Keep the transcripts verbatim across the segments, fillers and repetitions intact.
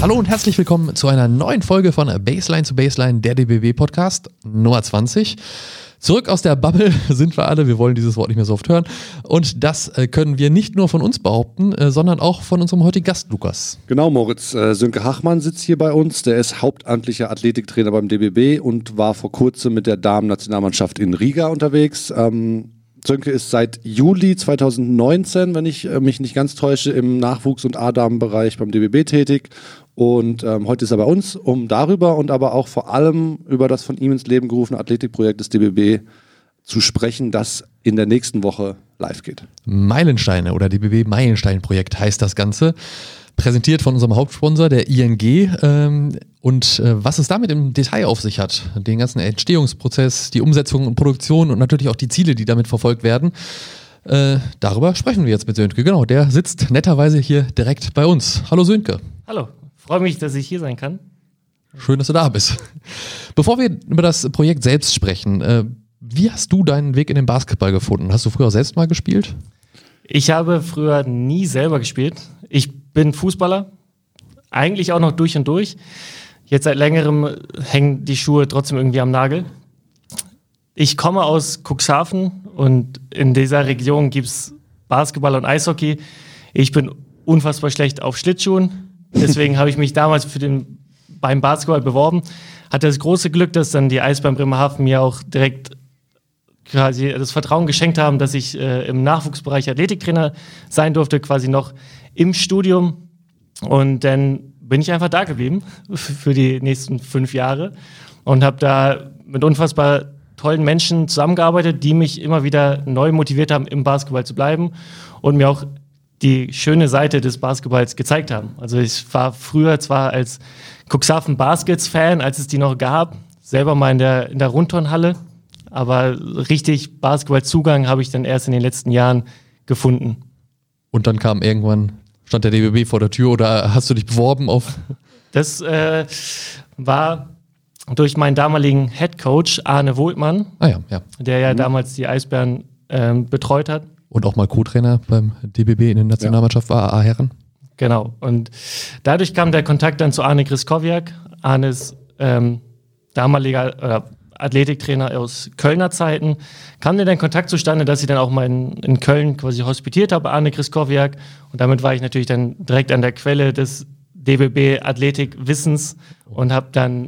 Hallo und herzlich willkommen zu einer neuen Folge von Baseline zu Baseline, der D B B-Podcast Nummer zwanzig. Zurück aus der Bubble sind wir alle, wir wollen dieses Wort nicht mehr so oft hören. Und das äh, können wir nicht nur von uns behaupten, äh, sondern auch von unserem heutigen Gast, Lukas. Genau, Moritz. Äh, Sönke Hachmann sitzt hier bei uns. Der ist hauptamtlicher Athletiktrainer beim D B B und war vor kurzem mit der Damen-Nationalmannschaft in Riga unterwegs. Ähm, Sönke ist seit Juli zweitausendneunzehn, wenn ich äh, mich nicht ganz täusche, im Nachwuchs- und A-Damen-Bereich beim D B B tätig. Und ähm, heute ist er bei uns, um darüber und aber auch vor allem über das von ihm ins Leben gerufene Athletikprojekt des D B B zu sprechen, das in der nächsten Woche live geht. Meilensteine oder D B B-Meilenstein-Projekt heißt das Ganze. Präsentiert von unserem Hauptsponsor, der I N G. Ähm, und äh, was es damit im Detail auf sich hat, den ganzen Entstehungsprozess, die Umsetzung und Produktion und natürlich auch die Ziele, die damit verfolgt werden, äh, darüber sprechen wir jetzt mit Sönke. Genau, der sitzt netterweise hier direkt bei uns. Hallo Sönke. Hallo, freue mich, dass ich hier sein kann. Schön, dass du da bist. Bevor wir über das Projekt selbst sprechen, äh, wie hast du deinen Weg in den Basketball gefunden? Hast du früher selbst mal gespielt? Ich habe früher nie selber gespielt. Ich bin Fußballer, eigentlich auch noch durch und durch. Jetzt seit längerem hängen die Schuhe trotzdem irgendwie am Nagel. Ich komme aus Cuxhaven und in dieser Region gibt es Basketball und Eishockey. Ich bin unfassbar schlecht auf Schlittschuhen. Deswegen habe ich mich damals für den, beim Basketball beworben. Hatte das große Glück, dass dann die Eisbären Bremerhaven mir auch direkt quasi das Vertrauen geschenkt haben, dass ich äh, im Nachwuchsbereich Athletiktrainer sein durfte, quasi noch im Studium. Und dann bin ich einfach da geblieben für die nächsten fünf Jahre und habe da mit unfassbar tollen Menschen zusammengearbeitet, die mich immer wieder neu motiviert haben, im Basketball zu bleiben und mir auch die schöne Seite des Basketballs gezeigt haben. Also ich war früher zwar als Cuxhaven Baskets-Fan, als es die noch gab, selber mal in der, in der Rundturnhalle, aber richtig Basketball-Zugang habe ich dann erst in den letzten Jahren gefunden. Und dann kam irgendwann, stand der D B B vor der Tür oder hast du dich beworben auf? Das äh, war durch meinen damaligen Headcoach Arne Wohltmann, ah ja, ja. der ja mhm. damals die Eisbären ähm, betreut hat. Und auch mal Co-Trainer beim D B B in der Nationalmannschaft war, A A-Herren. Genau. Und dadurch kam der Kontakt dann zu Arne Griskowiak, Arnes ähm, damaliger äh, Athletiktrainer aus Kölner Zeiten. Kam dann der Kontakt zustande, dass ich dann auch mal in, in Köln quasi hospitiert habe, Arne Griskowiak. Und damit war ich natürlich dann direkt an der Quelle des D B B-Athletikwissens und habe dann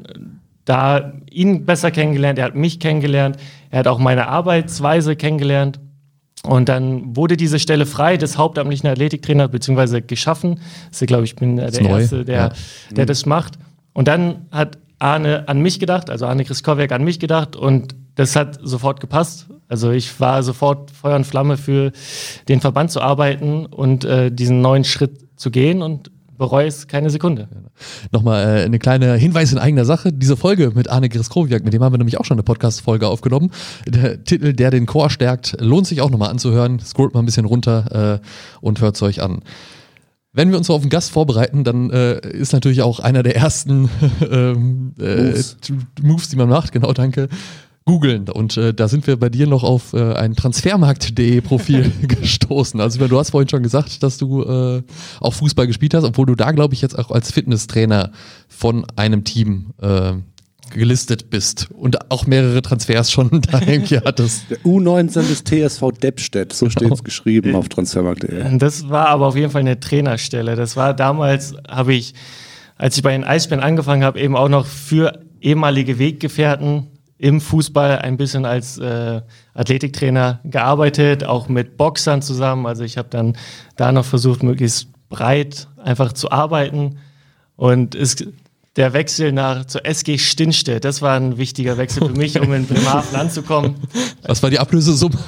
da ihn besser kennengelernt. Er hat mich kennengelernt. Er hat auch meine Arbeitsweise kennengelernt. Und dann wurde diese Stelle frei des hauptamtlichen Athletiktrainers beziehungsweise geschaffen. Das ist, glaube ich, bin der neu. Erste, der, ja. der das macht. Und dann hat Arne an mich gedacht, also Arne Griskowiak an mich gedacht und das hat sofort gepasst. Also ich war sofort Feuer und Flamme für den Verband zu arbeiten und äh, diesen neuen Schritt zu gehen und bereue es keine Sekunde. Nochmal äh, eine kleine Hinweis in eigener Sache. Diese Folge mit Arne Griskowiak, mit dem haben wir nämlich auch schon eine Podcast-Folge aufgenommen. Der Titel, der den Chor stärkt, lohnt sich auch nochmal anzuhören. Scrollt mal ein bisschen runter äh, und hört es euch an. Wenn wir uns so auf den Gast vorbereiten, dann äh, ist natürlich auch einer der ersten ähm, äh, Moves. Moves, die man macht, genau, danke, googeln. Und äh, da sind wir bei dir noch auf äh, ein Transfermarkt punkt de Profil gestoßen. Also du hast vorhin schon gesagt, dass du äh, auch Fußball gespielt hast, obwohl du da, glaube ich, jetzt auch als Fitnesstrainer von einem Team äh, gelistet bist und auch mehrere Transfers schon da irgendwie hattest. Der U neunzehn des T S V Deppstedt, so steht es geschrieben auf transfermarkt punkt de. Das war aber auf jeden Fall eine Trainerstelle. Das war damals, habe ich, als ich bei den Eisbären angefangen habe, eben auch noch für ehemalige Weggefährten im Fußball ein bisschen als äh, Athletiktrainer gearbeitet, auch mit Boxern zusammen. Also ich habe dann da noch versucht, möglichst breit einfach zu arbeiten. Und es, der Wechsel nach zur S G Stinstedt, das war ein wichtiger Wechsel für mich, um in Bremerhaven anzukommen. Was war die Ablösesumme?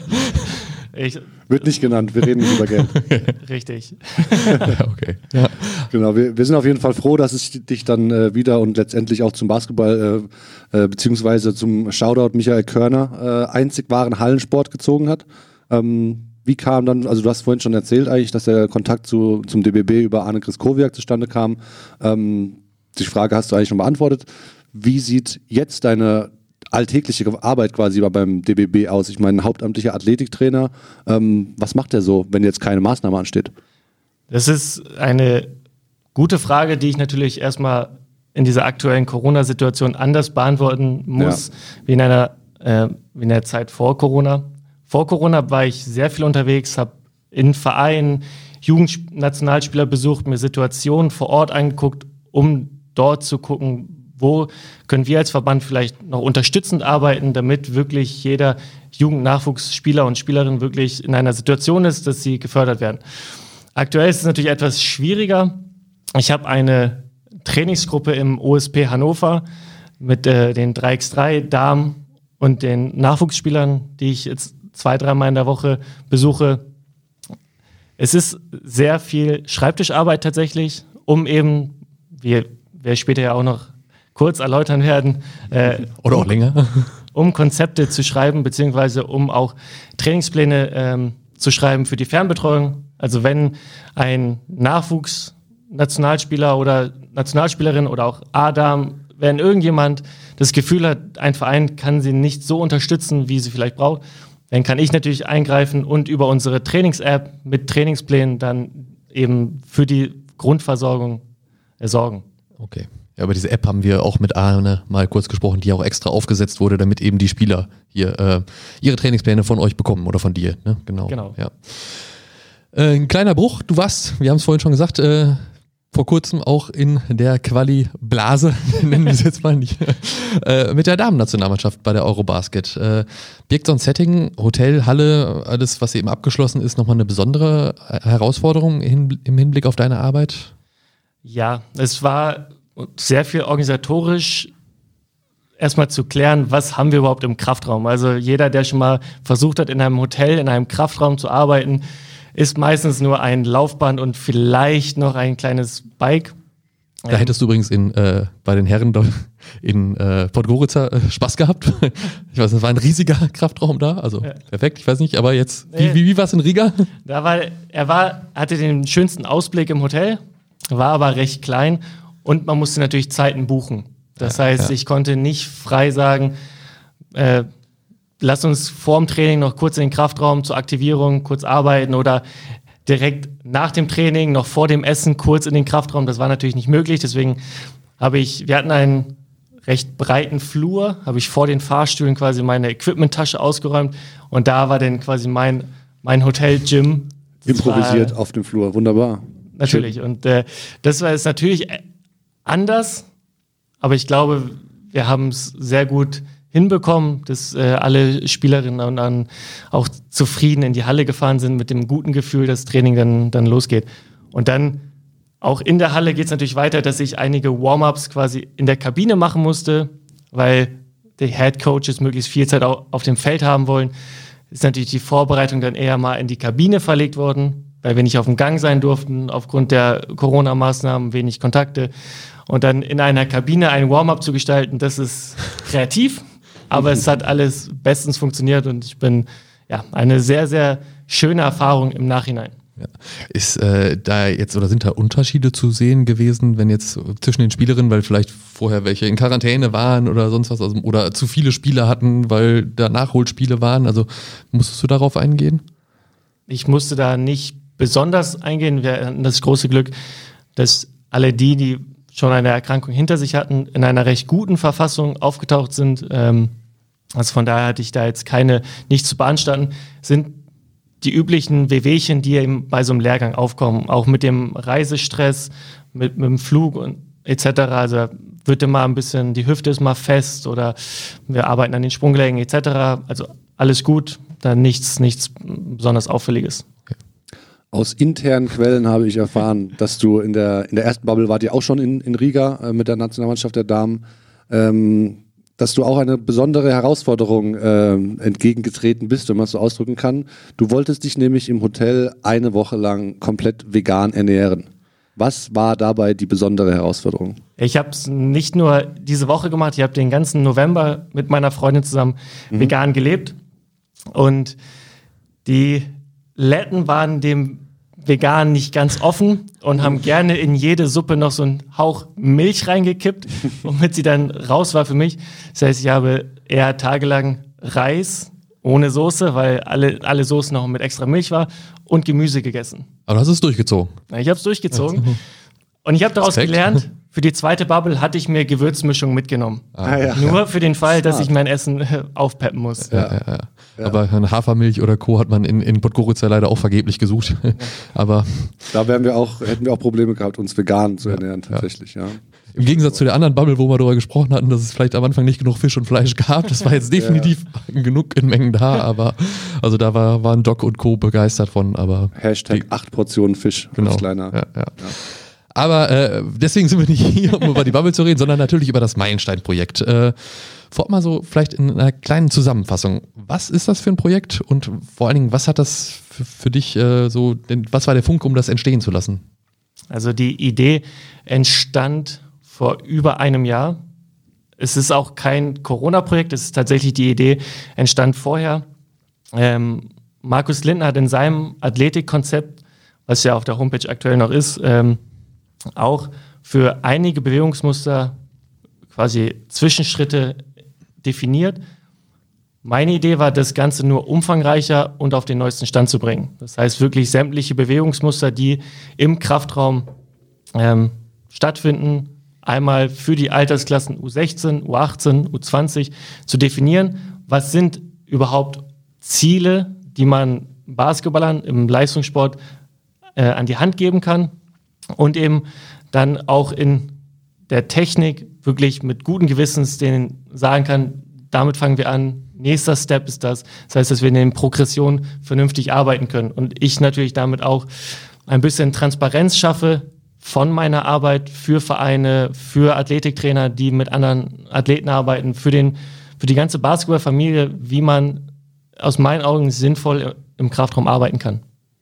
Ich, Wird nicht genannt, wir reden nicht über Geld. Richtig. Ja, okay. Ja. Genau, wir, wir sind auf jeden Fall froh, dass es dich dann äh, wieder und letztendlich auch zum Basketball äh, äh, beziehungsweise zum Shoutout Michael Körner äh, einzig wahren Hallensport gezogen hat. Ähm, wie kam dann, also du hast vorhin schon erzählt eigentlich, dass der Kontakt zu, zum D B B über Arne Griskowiak zustande kam. Ähm, die Frage hast du eigentlich schon beantwortet. Wie sieht jetzt deine alltägliche Arbeit quasi beim D B B aus? Ich meine, hauptamtlicher Athletiktrainer. Ähm, was macht der so, wenn jetzt keine Maßnahme ansteht? Das ist eine gute Frage, die ich natürlich erstmal in dieser aktuellen Corona-Situation anders beantworten muss, ja. wie, in einer, äh, wie in der Zeit vor Corona. Vor Corona war ich sehr viel unterwegs, habe in Vereinen Jugendnationalspieler besucht, mir Situationen vor Ort angeguckt, um dort zu gucken, wo können wir als Verband vielleicht noch unterstützend arbeiten, damit wirklich jeder Jugendnachwuchsspieler und Spielerin wirklich in einer Situation ist, dass sie gefördert werden. Aktuell ist es natürlich etwas schwieriger. Ich habe eine Trainingsgruppe im O S P Hannover mit äh, den drei gegen drei Damen und den Nachwuchsspielern, die ich jetzt zwei, dreimal in der Woche besuche. Es ist sehr viel Schreibtischarbeit tatsächlich, um eben, wie wir später ja auch noch kurz erläutern werden, äh, oder auch um, länger, um Konzepte zu schreiben, beziehungsweise um auch Trainingspläne ähm, zu schreiben für die Fernbetreuung. Also wenn ein Nachwuchsnationalspieler oder Nationalspielerin oder auch A-Damen, wenn irgendjemand das Gefühl hat, ein Verein kann sie nicht so unterstützen, wie sie vielleicht braucht, dann kann ich natürlich eingreifen und über unsere Trainings-App mit Trainingsplänen dann eben für die Grundversorgung äh, sorgen. Okay. Ja, über diese App haben wir auch mit Arne mal kurz gesprochen, die auch extra aufgesetzt wurde, damit eben die Spieler hier äh, ihre Trainingspläne von euch bekommen oder von dir. Ne? Genau. genau. Ja. Äh, ein kleiner Bruch, du warst, wir haben es vorhin schon gesagt, äh, vor kurzem auch in der Quali-Blase, nennen wir es jetzt mal nicht, äh, mit der Damen-Nationalmannschaft bei der Eurobasket. Äh, birgt so ein Setting, Hotel, Halle, alles, was eben abgeschlossen ist, nochmal eine besondere Herausforderung hin, im Hinblick auf deine Arbeit? Ja, es war sehr viel organisatorisch erstmal zu klären, was haben wir überhaupt im Kraftraum. Also jeder, der schon mal versucht hat, in einem Hotel, in einem Kraftraum zu arbeiten, ist meistens nur ein Laufband und vielleicht noch ein kleines Bike. Da hättest du übrigens in, äh, bei den Herren in äh, Podgorica äh, Spaß gehabt. Ich weiß, das war ein riesiger Kraftraum da, also ja. Perfekt, ich weiß nicht, aber jetzt, wie, wie, wie war es in Riga? Da war, er war, hatte den schönsten Ausblick im Hotel, war aber recht klein und man musste natürlich Zeiten buchen. Das ja, heißt, ja. ich konnte nicht frei sagen, äh, lass uns vorm Training noch kurz in den Kraftraum zur Aktivierung kurz arbeiten oder direkt nach dem Training, noch vor dem Essen kurz in den Kraftraum. Das war natürlich nicht möglich, deswegen habe ich, wir hatten einen recht breiten Flur, habe ich vor den Fahrstühlen quasi meine Equipment-Tasche ausgeräumt und da war dann quasi mein, mein Hotel-Gym. Improvisiert war, auf dem Flur, wunderbar. Natürlich, schön. Und äh, das war jetzt natürlich anders, aber ich glaube, wir haben es sehr gut hinbekommen, dass äh, alle Spielerinnen und dann auch zufrieden in die Halle gefahren sind mit dem guten Gefühl, dass das Training dann, dann losgeht. Und dann auch in der Halle geht es natürlich weiter, dass ich einige Warm-ups quasi in der Kabine machen musste, weil die Head Coaches möglichst viel Zeit auch auf dem Feld haben wollen. Ist natürlich die Vorbereitung dann eher mal in die Kabine verlegt worden, weil wir nicht auf dem Gang sein durften, aufgrund der Corona-Maßnahmen, wenig Kontakte. Und dann in einer Kabine ein Warm-up zu gestalten, das ist kreativ. Aber es hat alles bestens funktioniert und ich bin, ja, eine sehr, sehr schöne Erfahrung im Nachhinein. Ja. Ist äh, da jetzt oder sind da Unterschiede zu sehen gewesen, wenn jetzt zwischen den Spielerinnen, weil vielleicht vorher welche in Quarantäne waren oder sonst was, also, oder zu viele Spieler hatten, weil da Nachholspiele waren? Also musstest du darauf eingehen? Ich musste da nicht besonders eingehen. Wir hatten das große Glück, dass alle die, die schon eine Erkrankung hinter sich hatten, in einer recht guten Verfassung aufgetaucht sind. Ähm, also von daher hatte ich da jetzt keine, nichts zu beanstanden. Sind die üblichen Wehwehchen, die eben bei so einem Lehrgang aufkommen, auch mit dem Reisestress, mit, mit dem Flug und et cetera. Also wird immer ein bisschen, die Hüfte ist mal fest oder wir arbeiten an den Sprunggelenken et cetera. Also alles gut, da nichts, nichts besonders Auffälliges. Aus internen Quellen habe ich erfahren, dass du in der, in der ersten Bubble wart ihr auch schon in, in Riga äh, mit der Nationalmannschaft der Damen, ähm, dass du auch eine besondere Herausforderung äh, entgegengetreten bist, wenn man es so ausdrücken kann. Du wolltest dich nämlich im Hotel eine Woche lang komplett vegan ernähren. Was war dabei die besondere Herausforderung? Ich habe es nicht nur diese Woche gemacht, ich habe den ganzen November mit meiner Freundin zusammen mhm. vegan gelebt und die Letten waren dem Vegan nicht ganz offen und haben gerne in jede Suppe noch so einen Hauch Milch reingekippt, womit sie dann raus war für mich. Das heißt, ich habe eher tagelang Reis ohne Soße, weil alle, alle Soßen noch mit extra Milch war und Gemüse gegessen. Aber du hast es durchgezogen? Ich habe es durchgezogen. Und ich habe daraus Respekt. gelernt, für die zweite Bubble hatte ich mir Gewürzmischung mitgenommen. Ah, ja. Nur für den Fall, dass ich mein Essen äh, aufpeppen muss. Ja, ja, ja. Ja. Aber eine Hafermilch oder Co. hat man in, in Podgorica leider auch vergeblich gesucht. Ja. Aber da wären wir auch, hätten wir auch Probleme gehabt, uns vegan zu ernähren, tatsächlich, ja. Im Gegensatz zu der anderen Bubble, wo wir darüber gesprochen hatten, dass es vielleicht am Anfang nicht genug Fisch und Fleisch gab. Das war jetzt definitiv ja. genug in Mengen da, aber also da war, waren Doc und Co. begeistert von. Aber Hashtag die, acht Portionen Fisch. Genau. Kleiner. Ja, ja. Ja. Aber äh, deswegen sind wir nicht hier, um über die Bubble zu reden, sondern natürlich über das Meilenstein-Projekt. Äh, vorab mal so vielleicht in einer kleinen Zusammenfassung. Was ist das für ein Projekt und vor allen Dingen, was hat das für, für dich äh, so, denn, was war der Funke, um das entstehen zu lassen? Also die Idee entstand vor über einem Jahr. Es ist auch kein Corona-Projekt, es ist tatsächlich die Idee, entstand vorher. Ähm, Markus Lindner hat in seinem Athletikkonzept, was ja auf der Homepage aktuell noch ist, ähm, auch für einige Bewegungsmuster quasi Zwischenschritte definiert. Meine Idee war, das Ganze nur umfangreicher und auf den neuesten Stand zu bringen. Das heißt wirklich sämtliche Bewegungsmuster, die im Kraftraum ähm, stattfinden, einmal für die Altersklassen U sechzehn, U achtzehn, U zwanzig zu definieren. Was sind überhaupt Ziele, die man Basketballern im Leistungssport äh, an die Hand geben kann und eben dann auch in der Technik wirklich mit gutem Gewissens denen sagen kann, damit fangen wir an, nächster Step ist das. Das heißt, dass wir in den Progressionen vernünftig arbeiten können. Und ich natürlich damit auch ein bisschen Transparenz schaffe von meiner Arbeit für Vereine, für Athletiktrainer, die mit anderen Athleten arbeiten, für, den, für die ganze Basketballfamilie, wie man aus meinen Augen sinnvoll im Kraftraum arbeiten kann.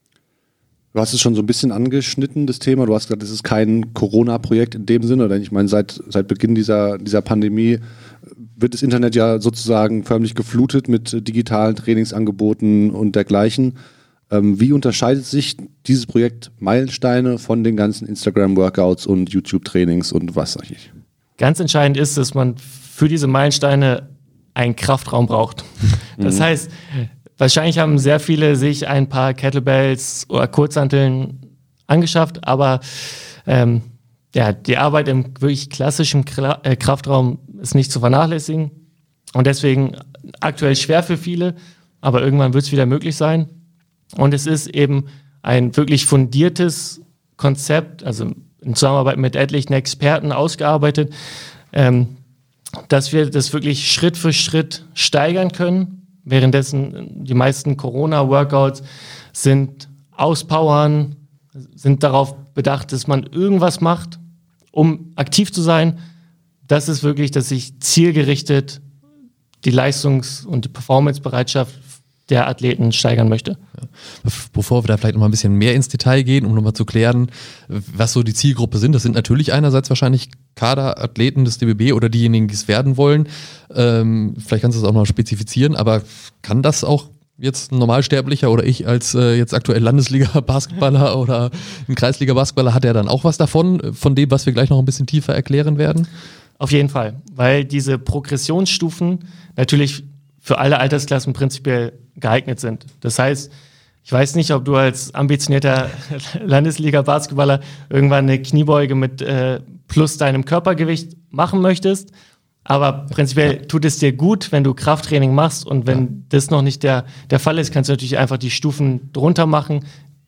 Du hast es schon so ein bisschen angeschnitten, das Thema. Du hast gesagt, es ist kein Corona-Projekt in dem Sinne. Denn ich meine, seit, seit Beginn dieser, dieser Pandemie wird das Internet ja sozusagen förmlich geflutet mit digitalen Trainingsangeboten und dergleichen. Ähm, wie unterscheidet sich dieses Projekt Meilensteine von den ganzen Instagram-Workouts und YouTube-Trainings und was sag ich? Ganz entscheidend ist, dass man für diese Meilensteine einen Kraftraum braucht. Das heißt, wahrscheinlich haben sehr viele sich ein paar Kettlebells oder Kurzhanteln angeschafft, aber ähm, ja, die Arbeit im wirklich klassischen Kla- äh, Kraftraum ist nicht zu vernachlässigen und deswegen aktuell schwer für viele, aber irgendwann wird es wieder möglich sein. Und es ist eben ein wirklich fundiertes Konzept, also in Zusammenarbeit mit etlichen Experten ausgearbeitet, ähm, dass wir das wirklich Schritt für Schritt steigern können. Währenddessen die meisten Corona-Workouts sind auspowern, sind darauf bedacht, dass man irgendwas macht, um aktiv zu sein. Das ist wirklich, dass ich zielgerichtet die Leistungs- und die Performancebereitschaft der Athleten steigern möchte. Ja. Bevor wir da vielleicht noch mal ein bisschen mehr ins Detail gehen, um nochmal zu klären, was so die Zielgruppe sind. Das sind natürlich einerseits wahrscheinlich Kaderathleten des D B B oder diejenigen, die es werden wollen. Ähm, vielleicht kannst du das auch noch spezifizieren, aber kann das auch jetzt ein Normalsterblicher oder ich als äh, jetzt aktuell Landesliga-Basketballer oder ein Kreisliga-Basketballer, hat er dann auch was davon, von dem, was wir gleich noch ein bisschen tiefer erklären werden? Auf jeden Fall, weil diese Progressionsstufen natürlich für alle Altersklassen prinzipiell geeignet sind. Das heißt, ich weiß nicht, ob du als ambitionierter Landesliga-Basketballer irgendwann eine Kniebeuge mit äh, plus deinem Körpergewicht machen möchtest, aber prinzipiell ja. tut es dir gut, wenn du Krafttraining machst und wenn ja. das noch nicht der, der Fall ist, kannst du natürlich einfach die Stufen drunter machen,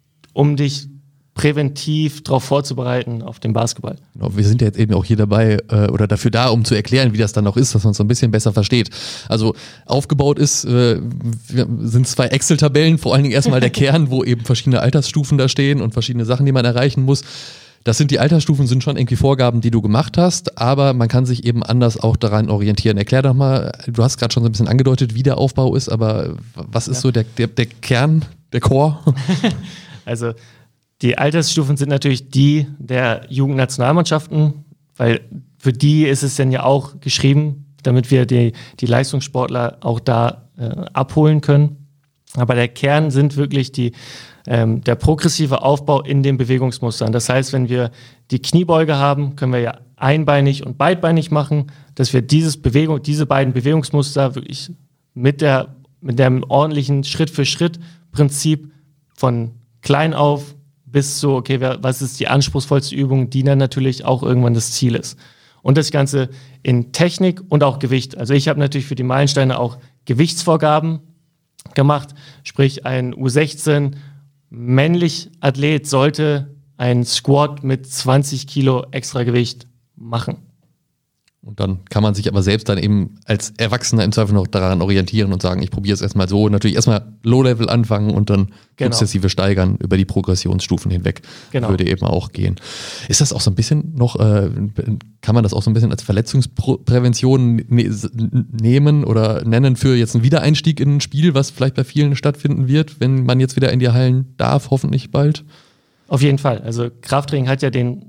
um dich präventiv darauf vorzubereiten auf den Basketball. Genau, wir sind ja jetzt eben auch hier dabei äh, oder dafür da, um zu erklären, wie das dann auch ist, dass man es so ein bisschen besser versteht. Also aufgebaut ist, äh, sind zwei Excel-Tabellen, vor allen Dingen erstmal der Kern, wo eben verschiedene Altersstufen da stehen und verschiedene Sachen, die man erreichen muss. Das sind die Altersstufen, sind schon irgendwie Vorgaben, die du gemacht hast, aber man kann sich eben anders auch daran orientieren. Erklär doch mal, du hast gerade schon so ein bisschen angedeutet, wie der Aufbau ist, aber was ist ja. so der, der, der Kern, der Core? Also die Altersstufen sind natürlich die der Jugendnationalmannschaften, weil für die ist es dann ja auch geschrieben, damit wir die, die Leistungssportler auch da äh, abholen können. Aber der Kern sind wirklich die, ähm, der progressive Aufbau in den Bewegungsmustern. Das heißt, wenn wir die Kniebeuge haben, können wir ja einbeinig und beidbeinig machen, dass wir dieses Bewegung, diese beiden Bewegungsmuster wirklich mit der, mit dem ordentlichen Schritt-für-Schritt-Prinzip von klein auf bis zu, okay, was ist die anspruchsvollste Übung, die dann natürlich auch irgendwann das Ziel ist. Und das Ganze in Technik und auch Gewicht. Also ich habe natürlich für die Meilensteine auch Gewichtsvorgaben gemacht, sprich ein U sechzehn männlich Athlet sollte ein Squat mit zwanzig Kilo Extragewicht machen. Und dann kann man sich aber selbst dann eben als Erwachsener im Zweifel noch daran orientieren und sagen, ich probiere es erstmal so. Natürlich erstmal Low-Level anfangen und dann genau. sukzessive steigern über die Progressionsstufen hinweg. Genau. Würde eben auch gehen. Ist das auch so ein bisschen noch, äh, kann man das auch so ein bisschen als Verletzungsprävention ne- nehmen oder nennen für jetzt einen Wiedereinstieg in ein Spiel, was vielleicht bei vielen stattfinden wird, wenn man jetzt wieder in die Hallen darf, hoffentlich bald? Auf jeden Fall. Also Krafttraining hat ja den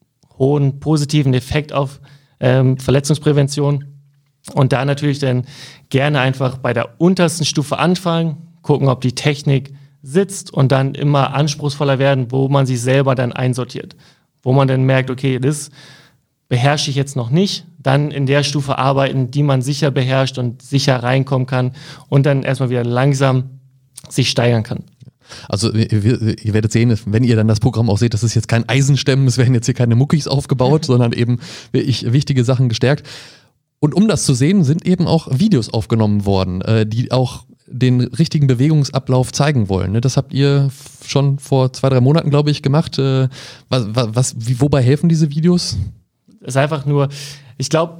hohen positiven Effekt auf Ähm, Verletzungsprävention und da natürlich dann gerne einfach bei der untersten Stufe anfangen, gucken, ob die Technik sitzt und dann immer anspruchsvoller werden, wo man sich selber dann einsortiert. Wo man dann merkt, okay, das beherrsche ich jetzt noch nicht, dann in der Stufe arbeiten, die man sicher beherrscht und sicher reinkommen kann und dann erstmal wieder langsam sich steigern kann. Also ihr, ihr werdet sehen, wenn ihr dann das Programm auch seht, das ist jetzt kein Eisenstemmen, es werden jetzt hier keine Muckis aufgebaut, sondern eben wirklich wichtige Sachen gestärkt. Und um das zu sehen, sind eben auch Videos aufgenommen worden, die auch den richtigen Bewegungsablauf zeigen wollen. Das habt ihr schon vor zwei, drei Monaten, glaube ich, gemacht. Was, was, wie, wobei helfen diese Videos? Es ist einfach nur, ich glaube,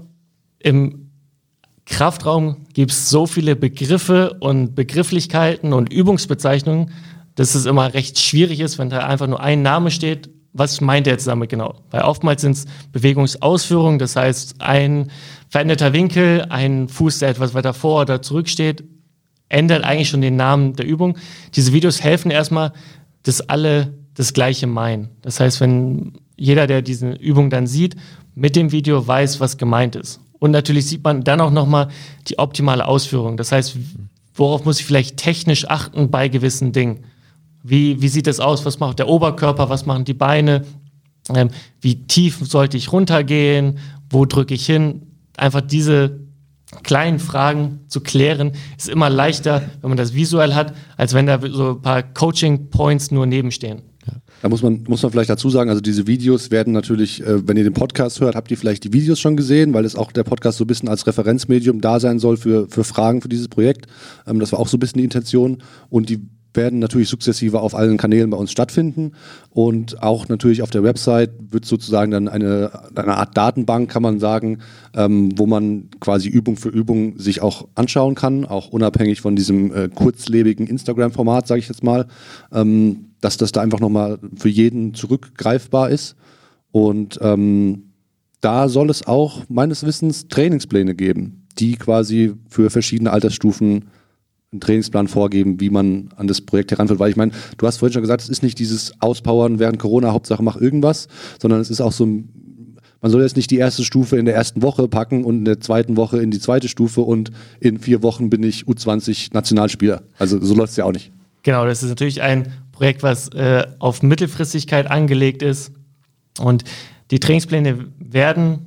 im Kraftraum gibt es so viele Begriffe und Begrifflichkeiten und Übungsbezeichnungen, dass es immer recht schwierig ist, wenn da einfach nur ein Name steht. Was meint er jetzt damit genau? Weil oftmals sind es Bewegungsausführungen, das heißt ein veränderter Winkel, ein Fuß, der etwas weiter vor oder zurück steht, ändert eigentlich schon den Namen der Übung. Diese Videos helfen erstmal, dass alle das Gleiche meinen. Das heißt, wenn jeder, der diese Übung dann sieht, mit dem Video weiß, was gemeint ist. Und natürlich sieht man dann auch nochmal die optimale Ausführung. Das heißt, worauf muss ich vielleicht technisch achten bei gewissen Dingen? Wie, wie sieht das aus? Was macht der Oberkörper? Was machen die Beine? Ähm, wie tief sollte ich runtergehen? Wo drücke ich hin? Einfach diese kleinen Fragen zu klären, ist immer leichter, wenn man das visuell hat, als wenn da so ein paar Coaching-Points nur nebenstehen. Da muss man, muss man vielleicht dazu sagen, also diese Videos werden natürlich, äh, wenn ihr den Podcast hört, habt ihr vielleicht die Videos schon gesehen, weil es auch der Podcast so ein bisschen als Referenzmedium da sein soll für, für Fragen für dieses Projekt. Ähm, das war auch so ein bisschen die Intention und die werden natürlich sukzessive auf allen Kanälen bei uns stattfinden und auch natürlich auf der Website wird sozusagen dann eine, eine Art Datenbank, kann man sagen, ähm, wo man quasi Übung für Übung sich auch anschauen kann, auch unabhängig von diesem äh, kurzlebigen Instagram-Format, sage ich jetzt mal, ähm, dass das da einfach nochmal für jeden zurückgreifbar ist und ähm, da soll es auch meines Wissens Trainingspläne geben, die quasi für verschiedene Altersstufen einen Trainingsplan vorgeben, wie man an das Projekt heranführt. Weil ich meine, du hast vorhin schon gesagt, es ist nicht dieses Auspowern während Corona, Hauptsache mach irgendwas, sondern es ist auch so, man soll jetzt nicht die erste Stufe in der ersten Woche packen und in der zweiten Woche in die zweite Stufe und in vier Wochen bin ich U zwanzig Nationalspieler. Also so läuft es ja auch nicht. Genau, das ist natürlich ein Projekt, was äh, auf Mittelfristigkeit angelegt ist und die Trainingspläne werden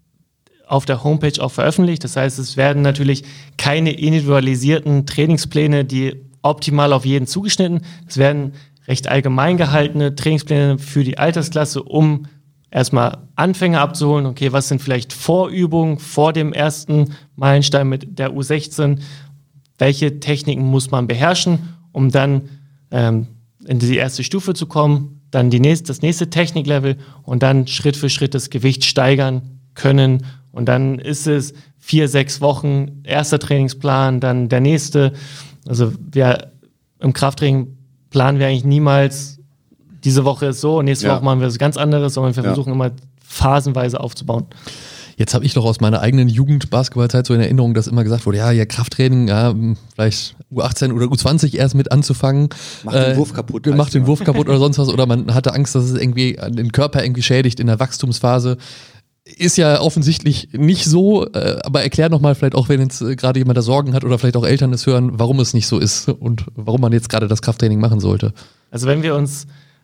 auf der Homepage auch veröffentlicht. Das heißt, es werden natürlich keine individualisierten Trainingspläne, die optimal auf jeden zugeschnitten. Es werden recht allgemein gehaltene Trainingspläne für die Altersklasse, um erstmal Anfänger abzuholen. Okay, was sind vielleicht Vorübungen vor dem ersten Meilenstein mit der U sechzehn? Welche Techniken muss man beherrschen, um dann ähm, in die erste Stufe zu kommen, dann die nächste, das nächste Techniklevel und dann Schritt für Schritt das Gewicht steigern können. Und dann ist es vier, sechs Wochen, erster Trainingsplan, dann der nächste. Also wir im Krafttraining planen wir eigentlich niemals, diese Woche ist so und nächste ja. Woche machen wir was ganz anderes, sondern wir ja. versuchen immer phasenweise aufzubauen. Jetzt habe ich doch aus meiner eigenen Jugend-Basketballzeit so in Erinnerung, dass immer gesagt wurde, ja, ja, Krafttraining, ja, vielleicht U achtzehn oder U zwanzig erst mit anzufangen. Macht den Wurf kaputt. Äh, macht den Wurf kaputt oder sonst was. Oder man hatte Angst, dass es irgendwie den Körper irgendwie schädigt in der Wachstumsphase. Ist ja offensichtlich nicht so, äh, aber erklär nochmal vielleicht auch, wenn jetzt äh, gerade jemand da Sorgen hat oder vielleicht auch Eltern es hören, warum es nicht so ist und warum man jetzt gerade das Krafttraining machen sollte. Also wenn wir uns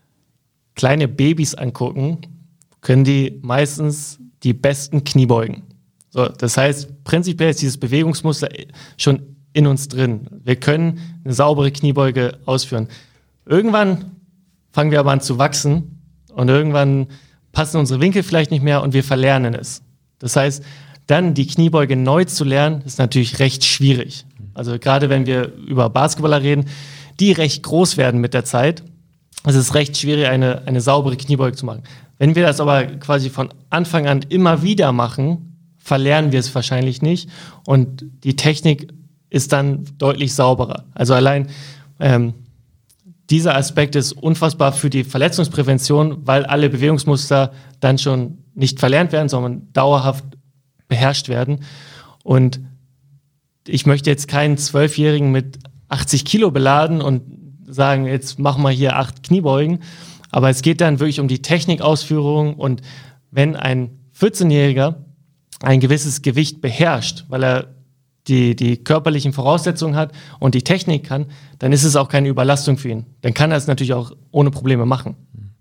kleine Babys angucken, können die meistens die besten Kniebeugen. So, das heißt, prinzipiell ist dieses Bewegungsmuster schon in uns drin. Wir können eine saubere Kniebeuge ausführen. Irgendwann fangen wir aber an zu wachsen und irgendwann passen unsere Winkel vielleicht nicht mehr und wir verlernen es. Das heißt, dann die Kniebeuge neu zu lernen, ist natürlich recht schwierig. Also gerade wenn wir über Basketballer reden, die recht groß werden mit der Zeit, es ist recht schwierig, eine, eine saubere Kniebeuge zu machen. Wenn wir das aber quasi von Anfang an immer wieder machen, verlernen wir es wahrscheinlich nicht und die Technik ist dann deutlich sauberer. Also allein ähm, dieser Aspekt ist unfassbar für die Verletzungsprävention, weil alle Bewegungsmuster dann schon nicht verlernt werden, sondern dauerhaft beherrscht werden. Und ich möchte jetzt keinen Zwölfjährigen mit achtzig Kilo beladen und sagen, jetzt machen wir hier acht Kniebeugen. Aber es geht dann wirklich um die Technikausführung. Und wenn ein vierzehnjähriger ein gewisses Gewicht beherrscht, weil er die, die körperlichen Voraussetzungen hat und die Technik kann, dann ist es auch keine Überlastung für ihn. Dann kann er es natürlich auch ohne Probleme machen.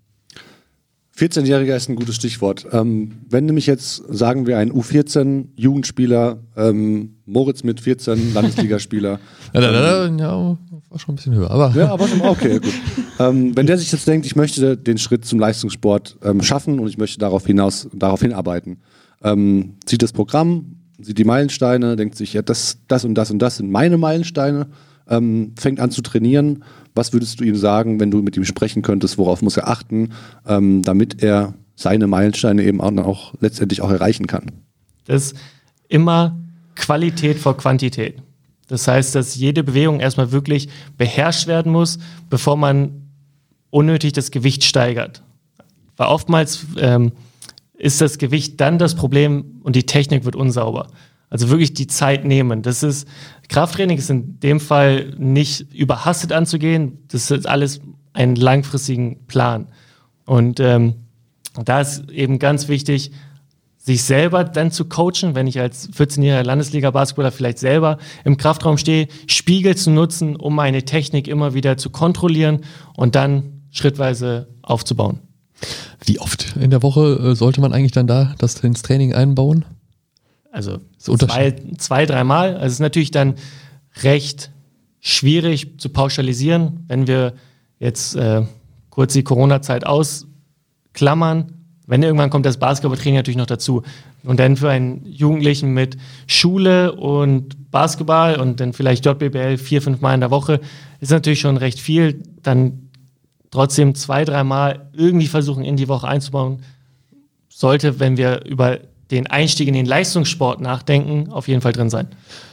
vierzehnjähriger ist ein gutes Stichwort. Ähm, wenn nämlich jetzt, sagen wir, ein U vierzehn Jugendspieler, ähm, Moritz mit vierzehn Landesligaspieler. ja, da, da, da, ja, war schon ein bisschen höher. Aber ja, aber okay, gut. ähm, wenn der sich jetzt denkt, ich möchte den Schritt zum Leistungssport ähm, schaffen und ich möchte darauf hinaus, darauf hinarbeiten, ähm, sieht das Programm, sieht die Meilensteine, denkt sich, ja, das, das und das und das sind meine Meilensteine, ähm, fängt an zu trainieren. Was würdest du ihm sagen, wenn du mit ihm sprechen könntest, worauf muss er achten, ähm, damit er seine Meilensteine eben auch, auch letztendlich auch erreichen kann? Das ist immer Qualität vor Quantität. Das heißt, dass jede Bewegung erstmal wirklich beherrscht werden muss, bevor man unnötig das Gewicht steigert. Weil oftmals ähm, ist das Gewicht dann das Problem und die Technik wird unsauber. Also wirklich die Zeit nehmen. Das ist, Krafttraining ist in dem Fall nicht überhastet anzugehen. Das ist alles einen langfristigen Plan. Und ähm, da ist eben ganz wichtig, sich selber dann zu coachen, wenn ich als vierzehnjähriger Landesliga-Basketballer vielleicht selber im Kraftraum stehe, Spiegel zu nutzen, um meine Technik immer wieder zu kontrollieren und dann schrittweise aufzubauen. Wie oft in der Woche äh, sollte man eigentlich dann da das ins Training einbauen? Also zwei, zwei, dreimal. Also es ist natürlich dann recht schwierig zu pauschalisieren, wenn wir jetzt äh, kurz die Corona-Zeit ausklammern. Wenn irgendwann kommt das Basketballtraining natürlich noch dazu. Und dann für einen Jugendlichen mit Schule und Basketball und dann vielleicht J B B L vier, fünf Mal in der Woche ist natürlich schon recht viel. Dann trotzdem zwei, dreimal irgendwie versuchen, in die Woche einzubauen, sollte, wenn wir über den Einstieg in den Leistungssport nachdenken, auf jeden Fall drin sein.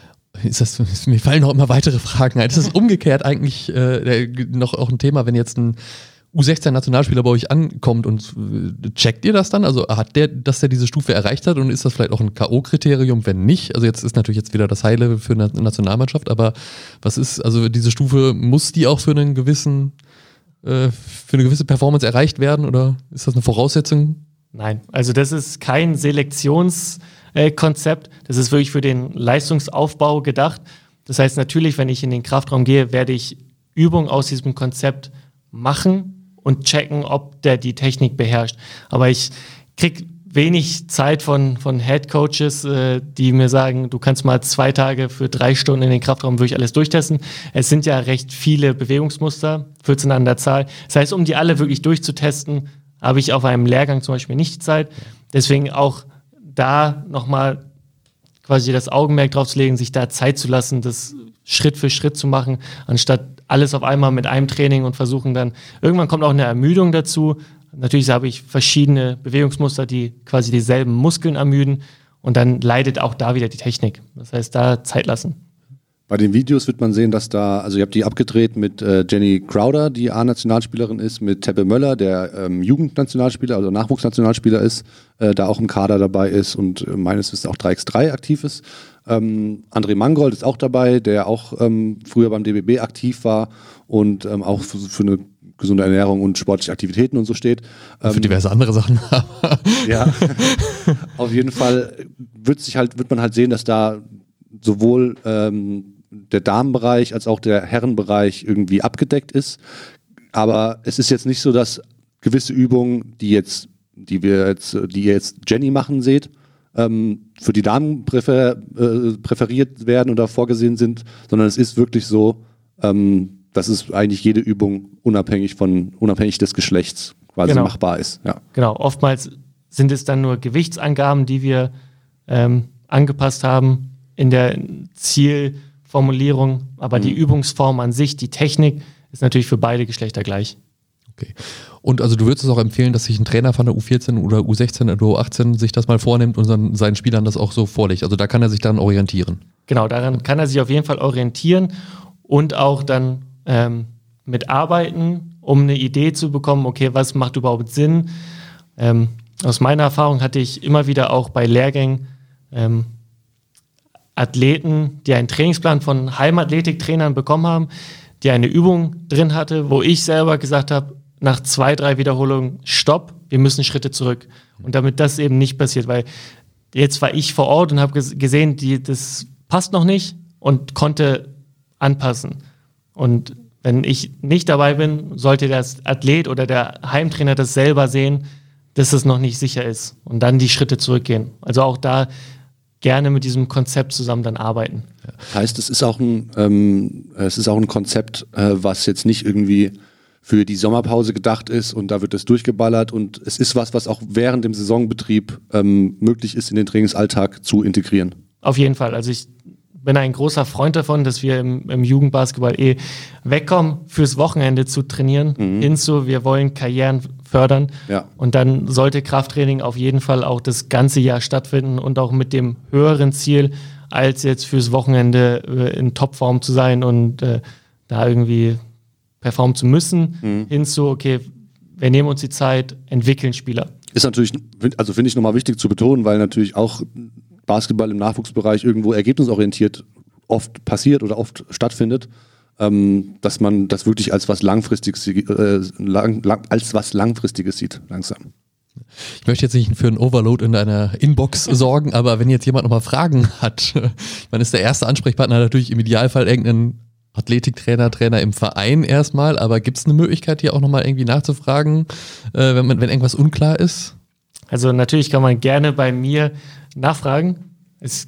Ist das, mir fallen noch immer weitere Fragen ein. Ist das umgekehrt eigentlich äh, noch auch ein Thema, wenn jetzt ein U sechzehn Nationalspieler bei euch ankommt und äh, checkt ihr das dann? Also hat der, dass der diese Stufe erreicht hat und ist das vielleicht auch ein K O-Kriterium, wenn nicht? Also jetzt ist natürlich jetzt wieder das High-Level für eine Nationalmannschaft, aber was ist, also diese Stufe, muss die auch für einen gewissen, äh, für eine gewisse Performance erreicht werden oder ist das eine Voraussetzung? Nein, also das ist kein Selektionskonzept, das ist wirklich für den Leistungsaufbau gedacht. Das heißt natürlich, wenn ich in den Kraftraum gehe, werde ich Übungen aus diesem Konzept machen und checken, ob der die Technik beherrscht. Aber ich kriege wenig Zeit von, von Head-Coaches, äh, die mir sagen, du kannst mal zwei Tage für drei Stunden in den Kraftraum wirklich alles durchtesten. Es sind ja recht viele Bewegungsmuster, vierzehn an der Zahl. Das heißt, um die alle wirklich durchzutesten, habe ich auf einem Lehrgang zum Beispiel nicht Zeit. Deswegen auch da nochmal quasi das Augenmerk drauf zu legen, sich da Zeit zu lassen, das Schritt für Schritt zu machen, anstatt alles auf einmal mit einem Training und versuchen dann, irgendwann kommt auch eine Ermüdung dazu. Natürlich habe ich verschiedene Bewegungsmuster, die quasi dieselben Muskeln ermüden und dann leidet auch da wieder die Technik. Das heißt, da Zeit lassen. Bei den Videos wird man sehen, dass da, also ihr habt die abgedreht mit äh, Jenny Crowder, die A-Nationalspielerin ist, mit Teppe Möller, der ähm, Jugendnationalspieler, also Nachwuchsnationalspieler ist, äh, da auch im Kader dabei ist und äh, meines Wissens auch drei gegen drei aktiv ist. Ähm, André Mangold ist auch dabei, der auch ähm, früher beim D B B aktiv war und ähm, auch für, für eine gesunde Ernährung und sportliche Aktivitäten und so steht. Ähm, für diverse andere Sachen. Ja, auf jeden Fall wird sich halt, wird man halt sehen, dass da sowohl ähm, der Damenbereich als auch der Herrenbereich irgendwie abgedeckt ist. Aber es ist jetzt nicht so, dass gewisse Übungen, die jetzt, die wir jetzt, die ihr jetzt Jenny machen seht, ähm, für die Damen präfer, äh, präferiert werden oder vorgesehen sind, sondern es ist wirklich so, ähm, dass es eigentlich jede Übung unabhängig von unabhängig des Geschlechts quasi Genau. machbar ist. Ja. Genau, oftmals sind es dann nur Gewichtsangaben, die wir ähm, angepasst haben in der Zielformulierung, aber mhm. die Übungsform an sich, die Technik ist natürlich für beide Geschlechter gleich. Okay. Und also du würdest es auch empfehlen, dass sich ein Trainer von der U vierzehn oder U sechzehn oder U achtzehn sich das mal vornimmt und dann seinen Spielern das auch so vorlegt. Also da kann er sich dann orientieren. Genau, daran kann er sich auf jeden Fall orientieren und auch dann ähm, mitarbeiten, um eine Idee zu bekommen, okay, was macht überhaupt Sinn? Ähm, aus meiner Erfahrung hatte ich immer wieder auch bei Lehrgängen ähm, Athleten, die einen Trainingsplan von Heimathletiktrainern bekommen haben, die eine Übung drin hatte, wo ich selber gesagt habe, nach zwei, drei Wiederholungen, stopp, wir müssen Schritte zurück. Und damit das eben nicht passiert, weil jetzt war ich vor Ort und habe gesehen, die, das passt noch nicht und konnte anpassen. Und wenn ich nicht dabei bin, sollte der Athlet oder der Heimtrainer das selber sehen, dass es noch nicht sicher ist und dann die Schritte zurückgehen. Also auch da gerne mit diesem Konzept zusammen dann arbeiten. Heißt, es ist auch ein, ähm, es ist auch ein Konzept, äh, was jetzt nicht irgendwie für die Sommerpause gedacht ist und da wird es durchgeballert und es ist was, was auch während dem Saisonbetrieb ähm, möglich ist, in den Trainingsalltag zu integrieren. Auf jeden Fall. Also ich bin ein großer Freund davon, dass wir im, im Jugendbasketball eh wegkommen, fürs Wochenende zu trainieren, mhm. hinzu, wir wollen Karrieren fördern. Ja. Und dann sollte Krafttraining auf jeden Fall auch das ganze Jahr stattfinden und auch mit dem höheren Ziel, als jetzt fürs Wochenende äh, in Topform zu sein und äh, da irgendwie performen zu müssen, mhm. hinzu, okay, wir nehmen uns die Zeit, entwickeln Spieler. Ist natürlich, also finde ich nochmal wichtig zu betonen, weil natürlich auch Basketball im Nachwuchsbereich irgendwo ergebnisorientiert oft passiert oder oft stattfindet, ähm, dass man das wirklich als was Langfristiges, äh, lang, lang, als was Langfristiges sieht, langsam. Ich möchte jetzt nicht für einen Overload in deiner Inbox sorgen, aber wenn jetzt jemand nochmal Fragen hat, man ist der erste Ansprechpartner natürlich im Idealfall irgendein Athletiktrainer, Trainer im Verein erstmal, aber gibt es eine Möglichkeit, hier auch nochmal irgendwie nachzufragen, äh, wenn, man, wenn irgendwas unklar ist? Also natürlich kann man gerne bei mir nachfragen. Ich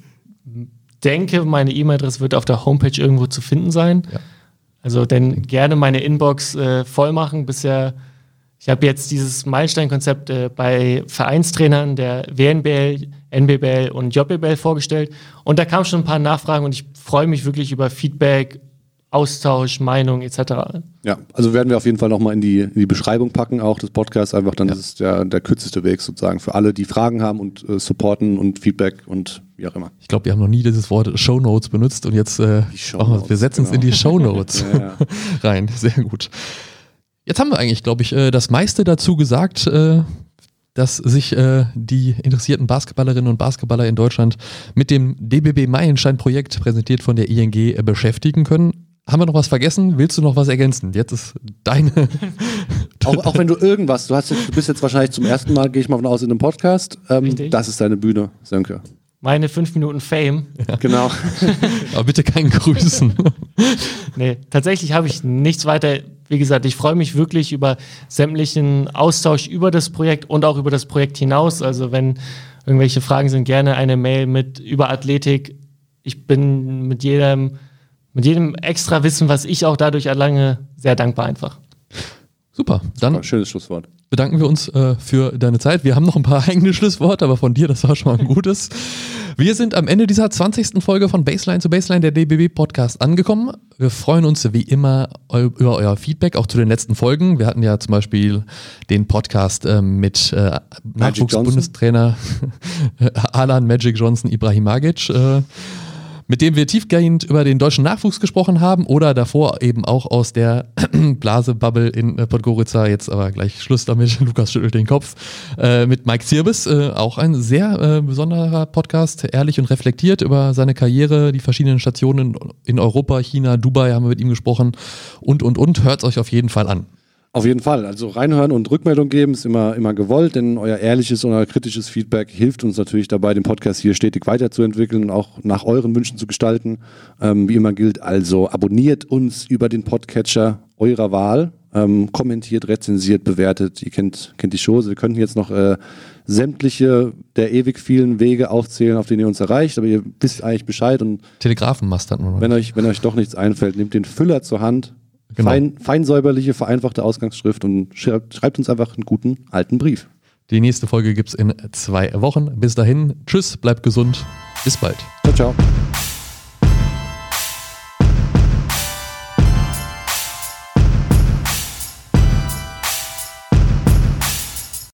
denke, meine E-Mail-Adresse wird auf der Homepage irgendwo zu finden sein. Ja. Also dann gerne meine Inbox äh, voll machen. Bisher, ich habe jetzt dieses Meilenstein-Konzept äh, bei Vereinstrainern der W N B L, N B B L und J B B L vorgestellt. Und da kamen schon ein paar Nachfragen und ich freue mich wirklich über Feedback, Austausch, Meinung et cetera. Ja, also werden wir auf jeden Fall nochmal in die, in die Beschreibung packen, auch des Podcasts, einfach dann ja. ist es der, der kürzeste Weg sozusagen für alle, die Fragen haben und äh, supporten und Feedback und wie auch immer. Ich glaube, wir haben noch nie dieses Wort Shownotes benutzt und jetzt äh, oh, wir setzen es genau. in die Shownotes ja, ja. rein. Sehr gut. Jetzt haben wir eigentlich, glaube ich, äh, das meiste dazu gesagt, äh, dass sich äh, die interessierten Basketballerinnen und Basketballer in Deutschland mit dem D B B Meilenstein-Projekt, präsentiert von der I N G, äh, beschäftigen können. Haben wir noch was vergessen? Willst du noch was ergänzen? Jetzt ist deine... auch, auch wenn du irgendwas, du, hast jetzt, du bist jetzt wahrscheinlich zum ersten Mal, gehe ich mal von aus, in einem Podcast. Ähm, das ist deine Bühne, Sönke. Meine fünf Minuten Fame. Ja. Genau. Aber bitte keinen Grüßen. Nee, tatsächlich habe ich nichts weiter. Wie gesagt, ich freue mich wirklich über sämtlichen Austausch über das Projekt und auch über das Projekt hinaus. Also wenn irgendwelche Fragen sind, gerne eine Mail mit über Athletik. Ich bin mit jedem... Mit jedem extra Wissen, was ich auch dadurch erlange, sehr dankbar einfach. Super, dann Super, schönes Schlusswort. Bedanken wir uns äh, für deine Zeit. Wir haben noch ein paar eigene Schlussworte, aber von dir, das war schon mal ein gutes. Wir sind am Ende dieser zwanzigsten Folge von Baseline zu Baseline, der D B B-Podcast, angekommen. Wir freuen uns wie immer eu- über euer Feedback, auch zu den letzten Folgen. Wir hatten ja zum Beispiel den Podcast äh, mit äh, Nachwuchsbundestrainer Alan Magic Johnson Ibrahimagic, äh, mit dem wir tiefgehend über den deutschen Nachwuchs gesprochen haben oder davor eben auch aus der Blase-Bubble in äh, Podgorica, jetzt aber gleich Schluss damit, Lukas schüttelt den Kopf, äh, mit Mike Zirbis, äh, auch ein sehr äh, besonderer Podcast, ehrlich und reflektiert über seine Karriere, die verschiedenen Stationen in Europa, China, Dubai haben wir mit ihm gesprochen und, und, und, hört es euch auf jeden Fall an. Auf jeden Fall. Also reinhören und Rückmeldung geben ist immer, immer gewollt, denn euer ehrliches und euer kritisches Feedback hilft uns natürlich dabei, den Podcast hier stetig weiterzuentwickeln und auch nach euren Wünschen zu gestalten. Ähm, wie immer gilt also, abonniert uns über den Podcatcher eurer Wahl, ähm, kommentiert, rezensiert, bewertet. Ihr kennt, kennt die Chose. Wir könnten jetzt noch äh, sämtliche der ewig vielen Wege aufzählen, auf denen ihr uns erreicht, aber ihr wisst eigentlich Bescheid. Und Telegrafenmast hatten wir noch. Wenn euch, wenn euch doch nichts einfällt, nehmt den Füller zur Hand. Genau. Fein, fein säuberliche, vereinfachte Ausgangsschrift und schreibt, schreibt uns einfach einen guten alten Brief. Die nächste Folge gibt's in zwei Wochen. Bis dahin, tschüss, bleibt gesund, bis bald. Ciao, ciao.